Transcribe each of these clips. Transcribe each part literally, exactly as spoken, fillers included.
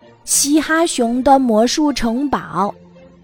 嘻哈熊的魔术城堡。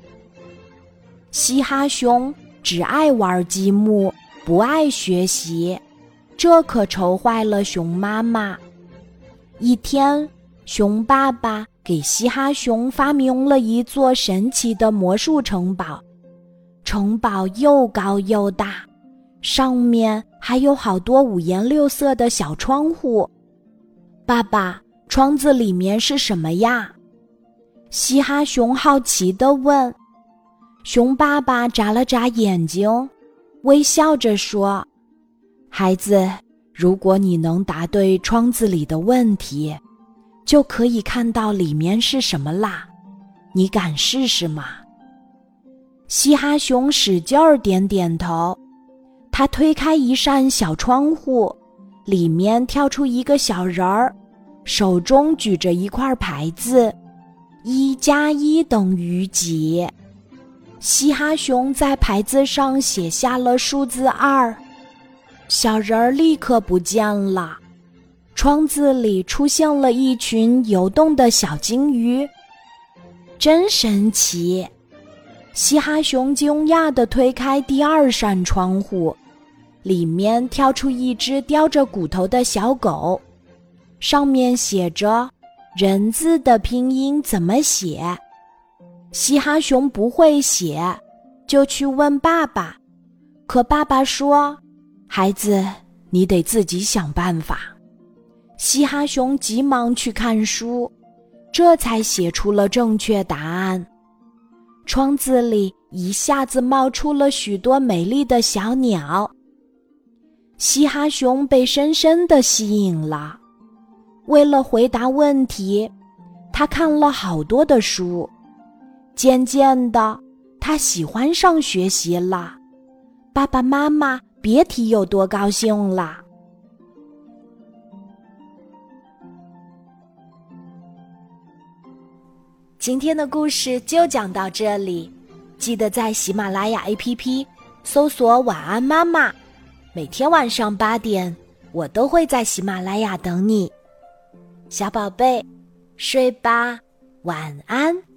嘻哈熊只爱玩积木，不爱学习，这可愁坏了熊妈妈。一天，熊爸爸给嘻哈熊发明了一座神奇的魔术城堡，城堡又高又大，上面还有好多五颜六色的小窗户。爸爸，窗子里面是什么呀？嘻哈熊好奇地问。熊爸爸眨了眨眼睛，微笑着说：孩子，如果你能答对窗子里的问题，就可以看到里面是什么啦。你敢试试吗？嘻哈熊使劲儿点点头，他推开一扇小窗户，里面跳出一个小人儿，手中举着一块牌子，一加一等于几？嘻哈熊在牌子上写下了数字二，小人儿立刻不见了，窗子里出现了一群游动的小金鱼，真神奇！嘻哈熊惊讶地推开第二扇窗户，里面跳出一只叼着骨头的小狗，上面写着人字的拼音怎么写。嘻哈熊不会写，就去问爸爸，可爸爸说：孩子，你得自己想办法。嘻哈熊急忙去看书，这才写出了正确答案。窗子里一下子冒出了许多美丽的小鸟，嘻哈熊被深深地吸引了。为了回答问题，他看了好多的书，渐渐的，他喜欢上学习了。爸爸妈妈别提有多高兴了。今天的故事就讲到这里，记得在喜马拉雅 A P P 搜索晚安妈妈，每天晚上八点，我都会在喜马拉雅等你。小宝贝，睡吧，晚安。